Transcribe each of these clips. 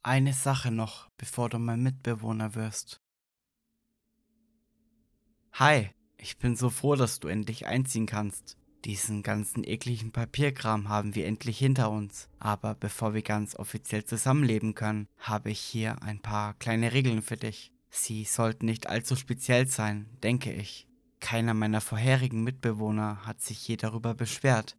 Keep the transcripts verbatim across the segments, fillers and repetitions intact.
Eine Sache noch, bevor du mein Mitbewohner wirst. Hi, ich bin so froh, dass du endlich einziehen kannst. Diesen ganzen ekligen Papierkram haben wir endlich hinter uns. Aber bevor wir ganz offiziell zusammenleben können, habe ich hier ein paar kleine Regeln für dich. Sie sollten nicht allzu speziell sein, denke ich. Keiner meiner vorherigen Mitbewohner hat sich je darüber beschwert.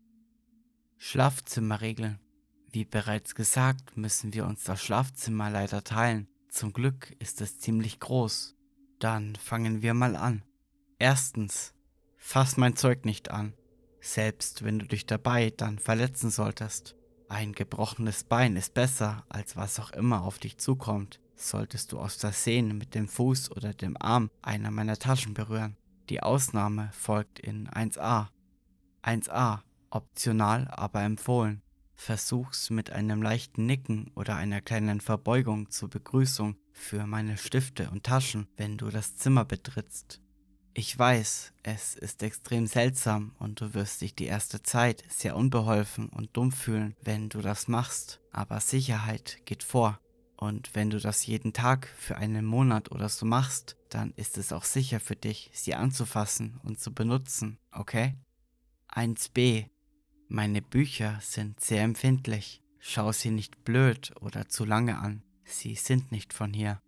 Schlafzimmerregeln. Wie bereits gesagt, müssen wir uns das Schlafzimmer leider teilen. Zum Glück ist es ziemlich groß. Dann fangen wir mal an. Erstens, fass mein Zeug nicht an, selbst wenn du dich dabei dann verletzen solltest. Ein gebrochenes Bein ist besser, als was auch immer auf dich zukommt. Solltest du aus Versehen mit dem Fuß oder dem Arm einer meiner Taschen berühren. Die Ausnahme folgt in eins a. eins a. Optional, aber empfohlen. Versuch's mit einem leichten Nicken oder einer kleinen Verbeugung zur Begrüßung für meine Stifte und Taschen, wenn du das Zimmer betrittst. Ich weiß, es ist extrem seltsam und du wirst dich die erste Zeit sehr unbeholfen und dumm fühlen, wenn du das machst, aber Sicherheit geht vor. Und wenn du das jeden Tag für einen Monat oder so machst, dann ist es auch sicher für dich, sie anzufassen und zu benutzen, okay? eins b. Meine Bücher sind sehr empfindlich. Schau sie nicht blöd oder zu lange an. Sie sind nicht von hier.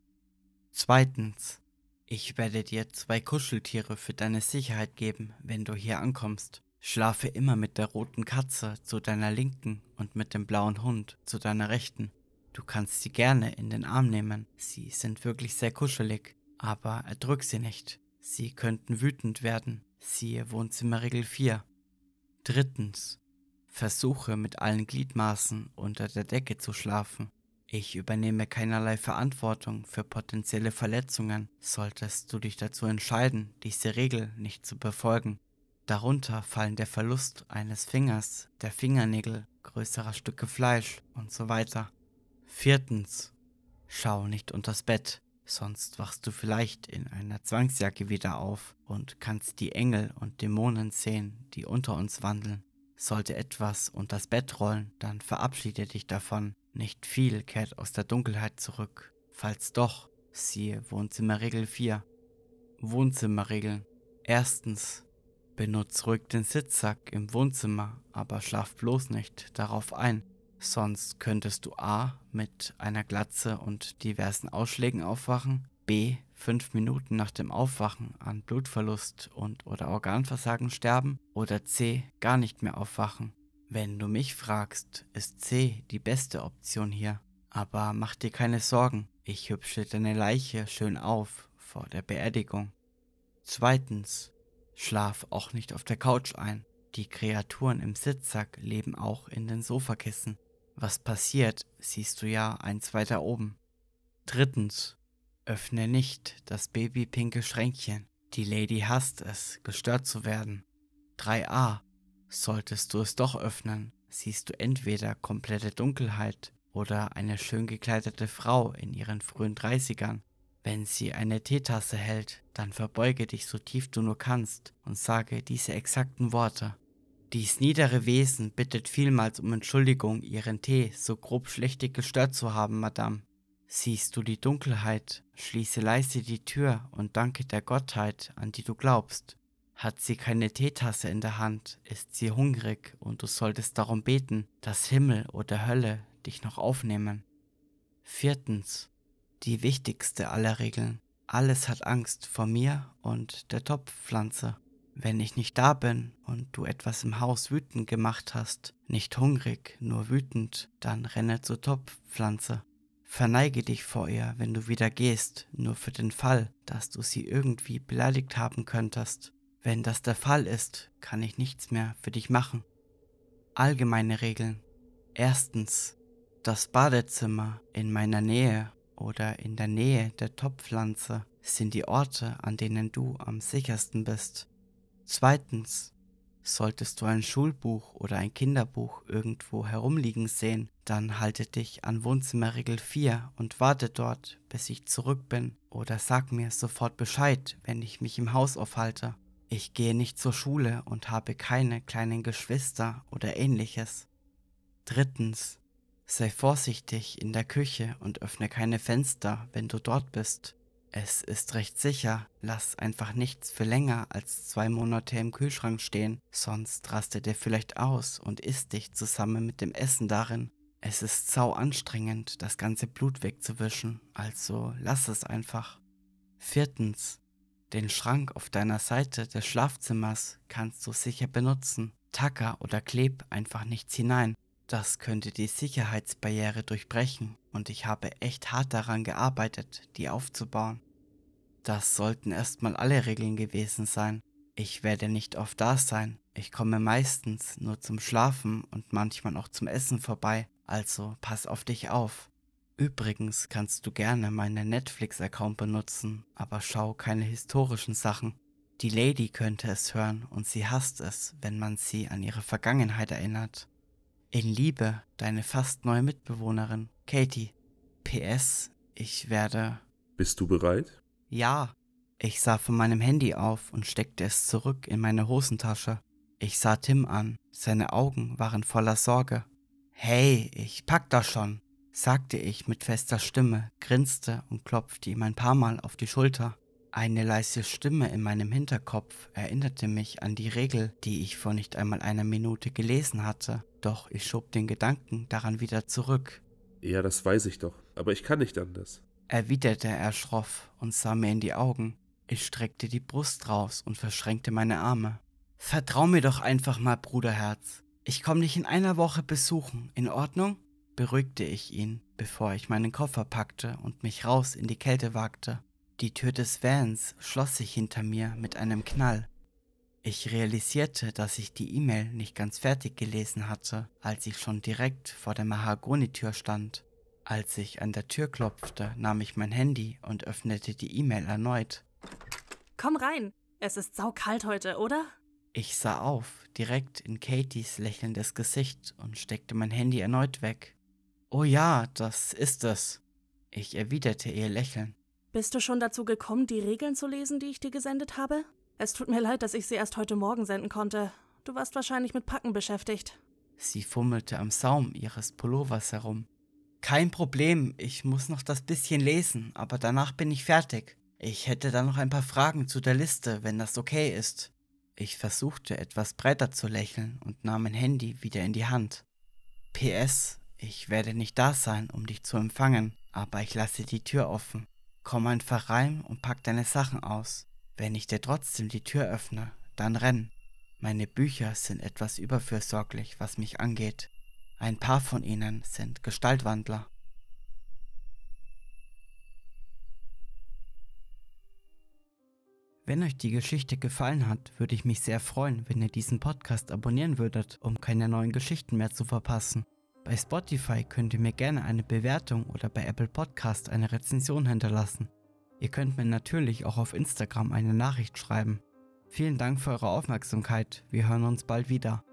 Zweitens. Ich werde dir zwei Kuscheltiere für deine Sicherheit geben, wenn du hier ankommst. Schlafe immer mit der roten Katze zu deiner linken und mit dem blauen Hund zu deiner rechten. Du kannst sie gerne in den Arm nehmen. Sie sind wirklich sehr kuschelig. Aber erdrück sie nicht. Sie könnten wütend werden. Siehe Wohnzimmerregel vier. Drittens. Versuche mit allen Gliedmaßen unter der Decke zu schlafen. Ich übernehme keinerlei Verantwortung für potenzielle Verletzungen, solltest du dich dazu entscheiden, diese Regel nicht zu befolgen. Darunter fallen der Verlust eines Fingers, der Fingernägel, größerer Stücke Fleisch und so weiter. Viertens. Schau nicht unters Bett, sonst wachst du vielleicht in einer Zwangsjacke wieder auf und kannst die Engel und Dämonen sehen, die unter uns wandeln. Sollte etwas unters Bett rollen, dann verabschiede dich davon. Nicht viel kehrt aus der Dunkelheit zurück. Falls doch, siehe Wohnzimmerregel vier. Wohnzimmerregeln. Erstens. Benutz ruhig den Sitzsack im Wohnzimmer, aber schlaf bloß nicht darauf ein. Sonst könntest du a. mit einer Glatze und diversen Ausschlägen aufwachen, b. fünf Minuten nach dem Aufwachen an Blutverlust und oder Organversagen sterben oder c. gar nicht mehr aufwachen. Wenn du mich fragst, ist c. die beste Option hier. Aber mach dir keine Sorgen, ich hübsche deine Leiche schön auf vor der Beerdigung. Zweitens. Schlaf auch nicht auf der Couch ein. Die Kreaturen im Sitzsack leben auch in den Sofakissen. Was passiert, siehst du ja eins weiter oben. Drittens. Öffne nicht das babypinke Schränkchen. Die Lady hasst es, gestört zu werden. drei a. Solltest du es doch öffnen, siehst du entweder komplette Dunkelheit oder eine schön gekleidete Frau in ihren frühen Dreißigern. Wenn sie eine Teetasse hält, dann verbeuge dich so tief du nur kannst und sage diese exakten Worte. Dies niedere Wesen bittet vielmals um Entschuldigung, ihren Tee so grob schlechtig gestört zu haben, Madame. Siehst du die Dunkelheit, schließe leise die Tür und danke der Gottheit, an die du glaubst. Hat sie keine Teetasse in der Hand, ist sie hungrig und du solltest darum beten, dass Himmel oder Hölle dich noch aufnehmen. Viertens. Die wichtigste aller Regeln. Alles hat Angst vor mir und der Topfpflanze. Wenn ich nicht da bin und du etwas im Haus wütend gemacht hast, nicht hungrig, nur wütend, dann renne zur Topfpflanze. Verneige dich vor ihr, wenn du wieder gehst, nur für den Fall, dass du sie irgendwie beleidigt haben könntest. Wenn das der Fall ist, kann ich nichts mehr für dich machen. Allgemeine Regeln. Erstens. Das Badezimmer in meiner Nähe oder in der Nähe der Topfpflanze sind die Orte, an denen du am sichersten bist. Zweitens. Solltest du ein Schulbuch oder ein Kinderbuch irgendwo herumliegen sehen, dann halte dich an Wohnzimmerregel vier und warte dort, bis ich zurück bin, oder sag mir sofort Bescheid, wenn ich mich im Haus aufhalte. Ich gehe nicht zur Schule und habe keine kleinen Geschwister oder ähnliches. Drittens. Sei vorsichtig in der Küche und öffne keine Fenster, wenn du dort bist. Es ist recht sicher, lass einfach nichts für länger als zwei Monate im Kühlschrank stehen, sonst rastet er vielleicht aus und isst dich zusammen mit dem Essen darin. Es ist sau anstrengend, das ganze Blut wegzuwischen, also lass es einfach. Viertens. Den Schrank auf deiner Seite des Schlafzimmers kannst du sicher benutzen. Tacker oder kleb einfach nichts hinein. Das könnte die Sicherheitsbarriere durchbrechen und ich habe echt hart daran gearbeitet, die aufzubauen. Das sollten erstmal alle Regeln gewesen sein. Ich werde nicht oft da sein. Ich komme meistens nur zum Schlafen und manchmal auch zum Essen vorbei, also pass auf dich auf. Übrigens kannst du gerne meinen Netflix-Account benutzen, aber schau keine historischen Sachen. Die Lady könnte es hören und sie hasst es, wenn man sie an ihre Vergangenheit erinnert. In Liebe, deine fast neue Mitbewohnerin, Katie. P S, ich werde... Bist du bereit? Ja. Ich sah von meinem Handy auf und steckte es zurück in meine Hosentasche. Ich sah Tim an, seine Augen waren voller Sorge. Hey, ich pack das schon, sagte ich mit fester Stimme, grinste und klopfte ihm ein paar Mal auf die Schulter. Eine leise Stimme in meinem Hinterkopf erinnerte mich an die Regel, die ich vor nicht einmal einer Minute gelesen hatte, doch ich schob den Gedanken daran wieder zurück. Ja, das weiß ich doch, aber ich kann nicht anders, erwiderte er schroff und sah mir in die Augen. Ich streckte die Brust raus und verschränkte meine Arme. Vertrau mir doch einfach mal, Bruderherz. Ich komm dich in einer Woche besuchen, in Ordnung? Beruhigte ich ihn, bevor ich meinen Koffer packte und mich raus in die Kälte wagte. Die Tür des Vans schloss sich hinter mir mit einem Knall. Ich realisierte, dass ich die E-Mail nicht ganz fertig gelesen hatte, als ich schon direkt vor der Mahagonitür stand. Als ich an der Tür klopfte, nahm ich mein Handy und öffnete die E-Mail erneut. Komm rein, es ist saukalt heute, oder? Ich sah auf, direkt in Katies lächelndes Gesicht und steckte mein Handy erneut weg. Oh ja, das ist es. Ich erwiderte ihr Lächeln. Bist du schon dazu gekommen, die Regeln zu lesen, die ich dir gesendet habe? Es tut mir leid, dass ich sie erst heute Morgen senden konnte. Du warst wahrscheinlich mit Packen beschäftigt. Sie fummelte am Saum ihres Pullovers herum. Kein Problem, ich muss noch das bisschen lesen, aber danach bin ich fertig. Ich hätte dann noch ein paar Fragen zu der Liste, wenn das okay ist. Ich versuchte etwas breiter zu lächeln und nahm mein Handy wieder in die Hand. P S, ich werde nicht da sein, um dich zu empfangen, aber ich lasse die Tür offen. Komm einfach rein und pack deine Sachen aus. Wenn ich dir trotzdem die Tür öffne, dann renn. Meine Bücher sind etwas überfürsorglich, was mich angeht. Ein paar von ihnen sind Gestaltwandler. Wenn euch die Geschichte gefallen hat, würde ich mich sehr freuen, wenn ihr diesen Podcast abonnieren würdet, um keine neuen Geschichten mehr zu verpassen. Bei Spotify könnt ihr mir gerne eine Bewertung oder bei Apple Podcast eine Rezension hinterlassen. Ihr könnt mir natürlich auch auf Instagram eine Nachricht schreiben. Vielen Dank für eure Aufmerksamkeit. Wir hören uns bald wieder.